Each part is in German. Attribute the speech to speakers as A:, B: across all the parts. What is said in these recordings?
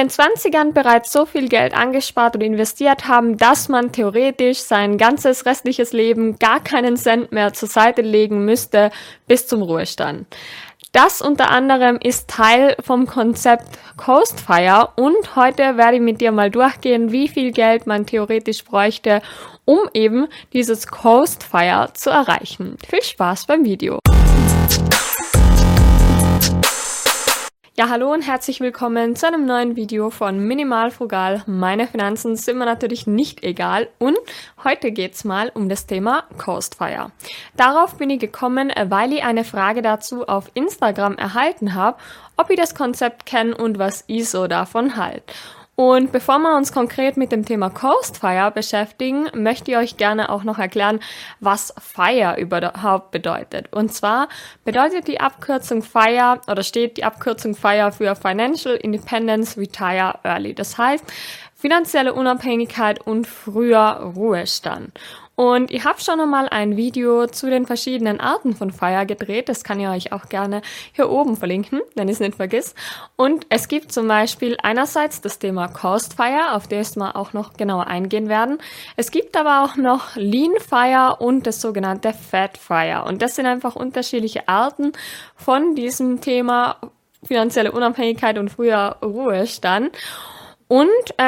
A: den 20ern bereits so viel Geld angespart und investiert haben, dass man theoretisch sein ganzes restliches Leben gar keinen Cent mehr zur Seite legen müsste bis zum Ruhestand. Das unter anderem ist Teil vom Konzept Coast FIRE und heute werde ich mit dir mal durchgehen, wie viel Geld man theoretisch bräuchte, um eben dieses Coast FIRE zu erreichen. Viel Spaß beim Video! Ja, hallo und herzlich willkommen zu einem neuen Video von Minimal Frugal. Meine Finanzen sind mir natürlich nicht egal und heute geht's mal um das Thema Coast FIRE. Darauf bin ich gekommen, weil ich eine Frage dazu auf Instagram erhalten habe, ob ich das Konzept kenne und was ich so davon halte. Und bevor wir uns konkret mit dem Thema Coast FIRE beschäftigen, möchte ich euch gerne auch noch erklären, was FIRE überhaupt bedeutet. Und zwar bedeutet die Abkürzung FIRE oder steht die Abkürzung FIRE für Financial Independence Retire Early. Das heißt, finanzielle Unabhängigkeit und früher Ruhestand. Und ich habe schon einmal ein Video zu den verschiedenen Arten von FIRE gedreht. Das kann ich euch auch gerne hier oben verlinken, wenn ich es nicht vergiss. Und es gibt zum Beispiel einerseits das Thema Coast FIRE, auf das wir auch noch genauer eingehen werden. Es gibt aber auch noch Lean FIRE und das sogenannte Fat FIRE. Und das sind einfach unterschiedliche Arten von diesem Thema finanzielle Unabhängigkeit und früher Ruhestand. Und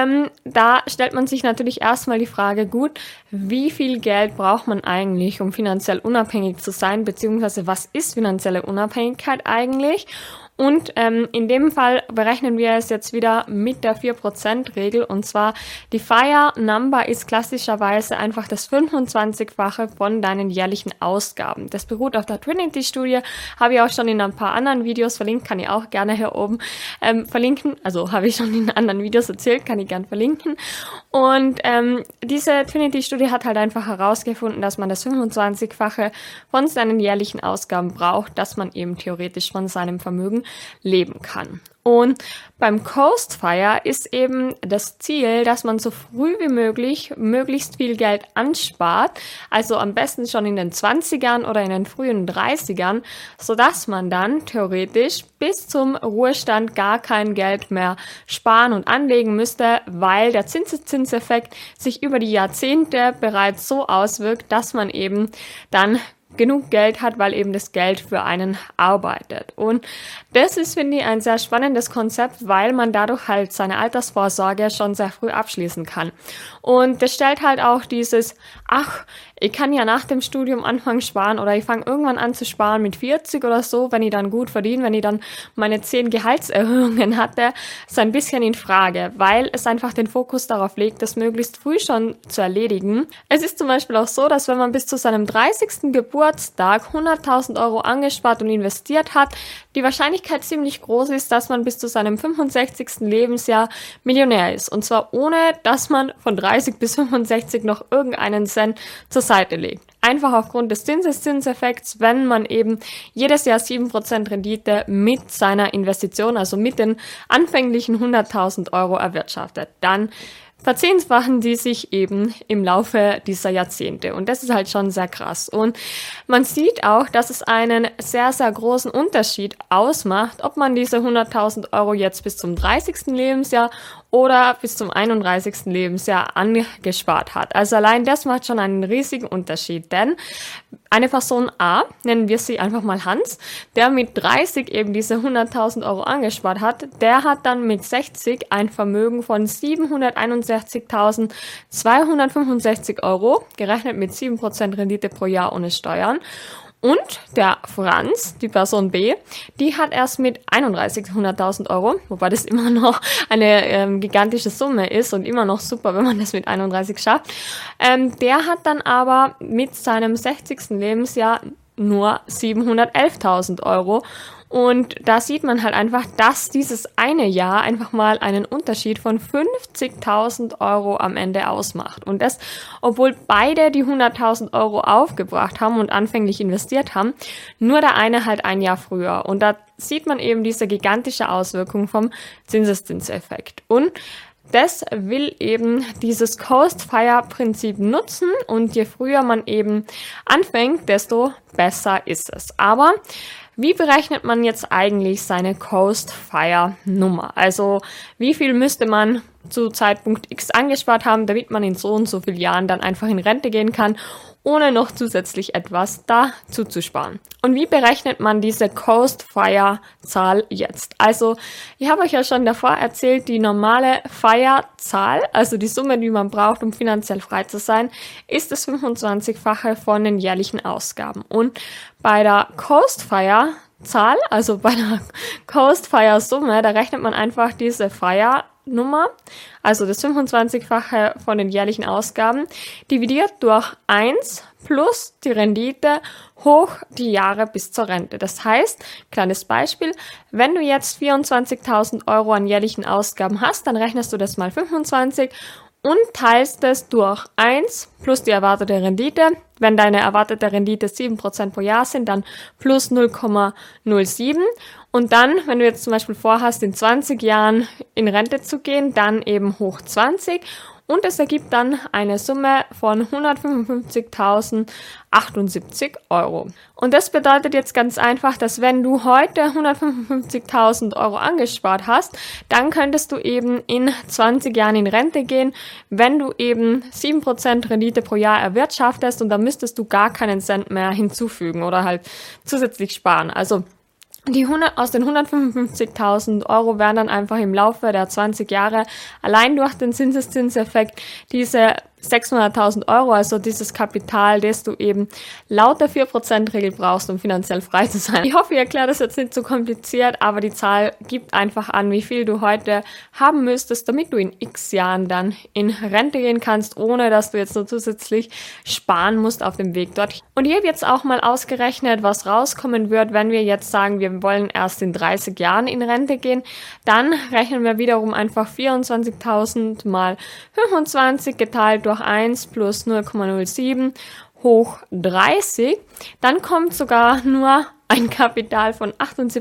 A: da stellt man sich natürlich erstmal die Frage, gut, wie viel Geld braucht man eigentlich, um finanziell unabhängig zu sein, beziehungsweise was ist finanzielle Unabhängigkeit eigentlich? Und in dem Fall berechnen wir es jetzt wieder mit der 4%-Regel und zwar die FIRE-Number ist klassischerweise einfach das 25-fache von deinen jährlichen Ausgaben. Das beruht auf der Trinity-Studie, habe ich auch schon in ein paar anderen Videos verlinkt, kann ich auch gerne hier oben verlinken. Also habe ich schon in anderen Videos erzählt, kann ich gern verlinken. Und diese Trinity-Studie hat halt einfach herausgefunden, dass man das 25-fache von seinen jährlichen Ausgaben braucht, dass man eben theoretisch von seinem Vermögen leben kann. Und beim Coast FIRE ist eben das Ziel, dass man so früh wie möglich möglichst viel Geld anspart, also am besten schon in den 20ern oder in den frühen 30ern, sodass man dann theoretisch bis zum Ruhestand gar kein Geld mehr sparen und anlegen müsste, weil der Zinseszinseffekt sich über die Jahrzehnte bereits so auswirkt, dass man eben dann genug Geld hat, weil eben das Geld für einen arbeitet. Und das ist, finde ich, ein sehr spannendes Konzept, weil man dadurch halt seine Altersvorsorge schon sehr früh abschließen kann. Und das stellt halt auch dieses, ich kann ja nach dem Studium anfangen sparen oder ich fange irgendwann an zu sparen mit 40 oder so, wenn ich dann gut verdiene, wenn ich dann meine 10 Gehaltserhöhungen hatte, so ein bisschen in Frage, weil es einfach den Fokus darauf legt, das möglichst früh schon zu erledigen. Es ist zum Beispiel auch so, dass wenn man bis zu seinem 30. Geburtstag 100.000 Euro angespart und investiert hat, die Wahrscheinlichkeit ziemlich groß ist, dass man bis zu seinem 65. Lebensjahr Millionär ist. Und zwar ohne, dass man von 30 bis 65 noch irgendeinen Cent zur Seite legt. Einfach aufgrund des Zinseszinseffekts, wenn man eben jedes Jahr 7% Rendite mit seiner Investition, also mit den anfänglichen 100.000 Euro erwirtschaftet. Dann verzehnfachen die sich eben im Laufe dieser Jahrzehnte. Und das ist halt schon sehr krass. Und man sieht auch, dass es einen sehr, sehr großen Unterschied ausmacht, ob man diese 100.000 Euro jetzt bis zum 30. Lebensjahr oder bis zum 31. Lebensjahr angespart hat. Also allein das macht schon einen riesigen Unterschied, denn eine Person A, nennen wir sie einfach mal Hans, der mit 30 eben diese 100.000 Euro angespart hat, der hat dann mit 60 ein Vermögen von 761.265 Euro, gerechnet mit 7% Rendite pro Jahr ohne Steuern. Und der Franz, die Person B, die hat erst mit 31 100.000 Euro, wobei das immer noch eine gigantische Summe ist und immer noch super, wenn man das mit 31 schafft. Der hat dann aber mit seinem 60. Lebensjahr nur 711.000 Euro. Und da sieht man halt einfach, dass dieses eine Jahr einfach mal einen Unterschied von 50.000 Euro am Ende ausmacht. Und das, obwohl beide die 100.000 Euro aufgebracht haben und anfänglich investiert haben, nur der eine halt ein Jahr früher. Und da sieht man eben diese gigantische Auswirkung vom Zinseszinseffekt. Und das will eben dieses Coast FIRE Prinzip nutzen und je früher man eben anfängt, desto besser ist es. Aber Wie berechnet man jetzt eigentlich seine Coast-Fire-Nummer? Also wie viel müsste man zu Zeitpunkt X angespart haben, damit man in so und so vielen Jahren dann einfach in Rente gehen kann, ohne noch zusätzlich etwas dazu zu sparen. Und wie berechnet man diese Coast-Fire-Zahl jetzt? Also ich habe euch ja schon davor erzählt, die normale Fire-Zahl, also die Summe, die man braucht, um finanziell frei zu sein, ist das 25-fache von den jährlichen Ausgaben. Und bei der Coast-Fire-Zahl, also bei der Coast-Fire-Summe, da rechnet man einfach diese Fire-Nummer, also das 25-fache von den jährlichen Ausgaben, dividiert durch 1 plus die Rendite hoch die Jahre bis zur Rente. Das heißt, kleines Beispiel, wenn du jetzt 24.000 Euro an jährlichen Ausgaben hast, dann rechnest du das mal 25 und teilst es durch 1 plus die erwartete Rendite. Wenn deine erwartete Rendite 7% pro Jahr sind, dann plus 0,07. Und dann, wenn du jetzt zum Beispiel vorhast, in 20 Jahren in Rente zu gehen, dann eben hoch 20. Und es ergibt dann eine Summe von 155.078 Euro. Und das bedeutet jetzt ganz einfach, dass wenn du heute 155.000 Euro angespart hast, dann könntest du eben in 20 Jahren in Rente gehen, wenn du eben 7% Rendite pro Jahr erwirtschaftest, und dann müsstest du gar keinen Cent mehr hinzufügen oder halt zusätzlich sparen. Also aus den 155.000 Euro werden dann einfach im Laufe der 20 Jahre allein durch den Zinseszinseffekt diese 600.000 Euro, also dieses Kapital, das du eben laut der 4%-Regel brauchst, um finanziell frei zu sein. Ich hoffe, ich erkläre das jetzt nicht zu kompliziert, aber die Zahl gibt einfach an, wie viel du heute haben müsstest, damit du in x Jahren dann in Rente gehen kannst, ohne dass du jetzt noch zusätzlich sparen musst auf dem Weg dorthin. Und ich habe jetzt auch mal ausgerechnet, was rauskommen wird, wenn wir jetzt sagen, wir wollen erst in 30 Jahren in Rente gehen. Dann rechnen wir wiederum einfach 24.000 mal 25 geteilt durch 1 plus 0,07 hoch 30. Dann kommt sogar nur ein Kapital von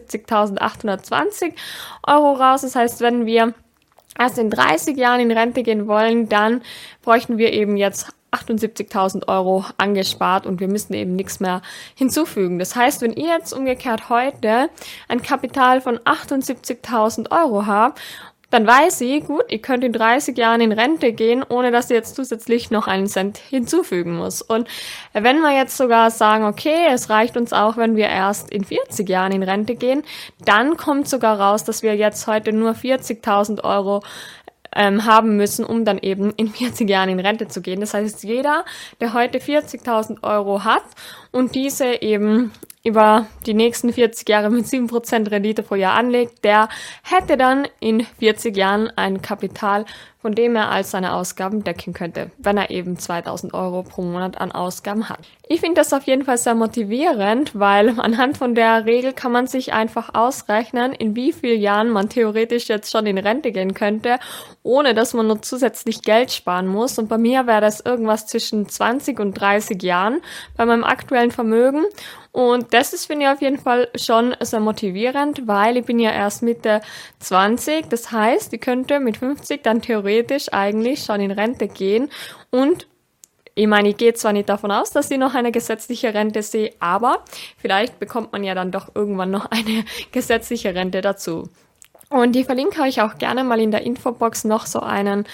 A: 78.820 Euro raus. Das heißt, wenn wir erst in 30 Jahren in Rente gehen wollen, dann bräuchten wir eben jetzt 78.000 Euro angespart und wir müssen eben nichts mehr hinzufügen. Das heißt, wenn ihr jetzt umgekehrt heute ein Kapital von 78.000 Euro habt, dann weiß ich, gut, ihr könnt in 30 Jahren in Rente gehen, ohne dass ihr jetzt zusätzlich noch einen Cent hinzufügen muss. Und wenn wir jetzt sogar sagen, okay, es reicht uns auch, wenn wir erst in 40 Jahren in Rente gehen, dann kommt sogar raus, dass wir jetzt heute nur 40.000 Euro haben müssen, um dann eben in 40 Jahren in Rente zu gehen. Das heißt, jeder, der heute 40.000 Euro hat und diese eben über die nächsten 40 Jahre mit 7% Rendite pro Jahr anlegt, der hätte dann in 40 Jahren ein Kapital, von dem er all seine Ausgaben decken könnte, wenn er eben 2.000 Euro pro Monat an Ausgaben hat. Ich finde das auf jeden Fall sehr motivierend, weil anhand von der Regel kann man sich einfach ausrechnen, in wie vielen Jahren man theoretisch jetzt schon in Rente gehen könnte, ohne dass man noch zusätzlich Geld sparen muss. Und bei mir wäre das irgendwas zwischen 20 und 30 Jahren bei meinem aktuellen Vermögen. Und das ist, finde ich, auf jeden Fall schon sehr motivierend, weil ich bin ja erst Mitte 20. Das heißt, ich könnte mit 50 dann theoretisch eigentlich schon in Rente gehen. Und ich meine, ich gehe zwar nicht davon aus, dass ich noch eine gesetzliche Rente sehe, aber vielleicht bekommt man ja dann doch irgendwann noch eine gesetzliche Rente dazu. Und ich verlinke euch auch gerne mal in der Infobox noch so einen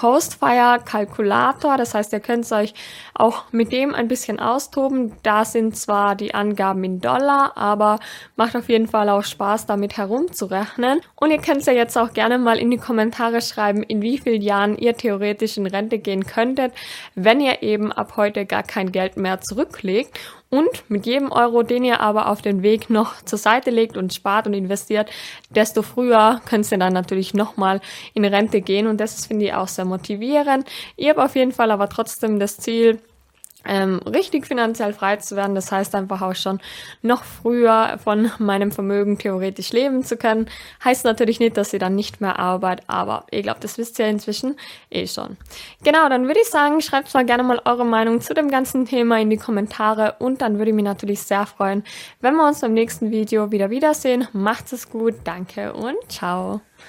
A: Coast-Fire-Kalkulator. Das heißt, ihr könnt euch auch mit dem ein bisschen austoben. Da sind zwar die Angaben in Dollar, aber macht auf jeden Fall auch Spaß, damit herumzurechnen. Und ihr könnt ja jetzt auch gerne mal in die Kommentare schreiben, in wie vielen Jahren ihr theoretisch in Rente gehen könntet, wenn ihr eben ab heute gar kein Geld mehr zurücklegt. Und mit jedem Euro, den ihr aber auf den Weg noch zur Seite legt und spart und investiert, desto früher könnt ihr dann natürlich nochmal in Rente gehen. Und das finde ich auch sehr motivierend. Ich habe auf jeden Fall aber trotzdem das Ziel, richtig finanziell frei zu werden. Das heißt einfach auch schon noch früher von meinem Vermögen theoretisch leben zu können. Heißt natürlich nicht, dass ich dann nicht mehr arbeite, aber ich glaube, das wisst ihr inzwischen schon. Genau, dann würde ich sagen, schreibt mal gerne mal eure Meinung zu dem ganzen Thema in die Kommentare und dann würde ich mich natürlich sehr freuen, wenn wir uns beim nächsten Video wieder wiedersehen. Macht es gut, danke und ciao.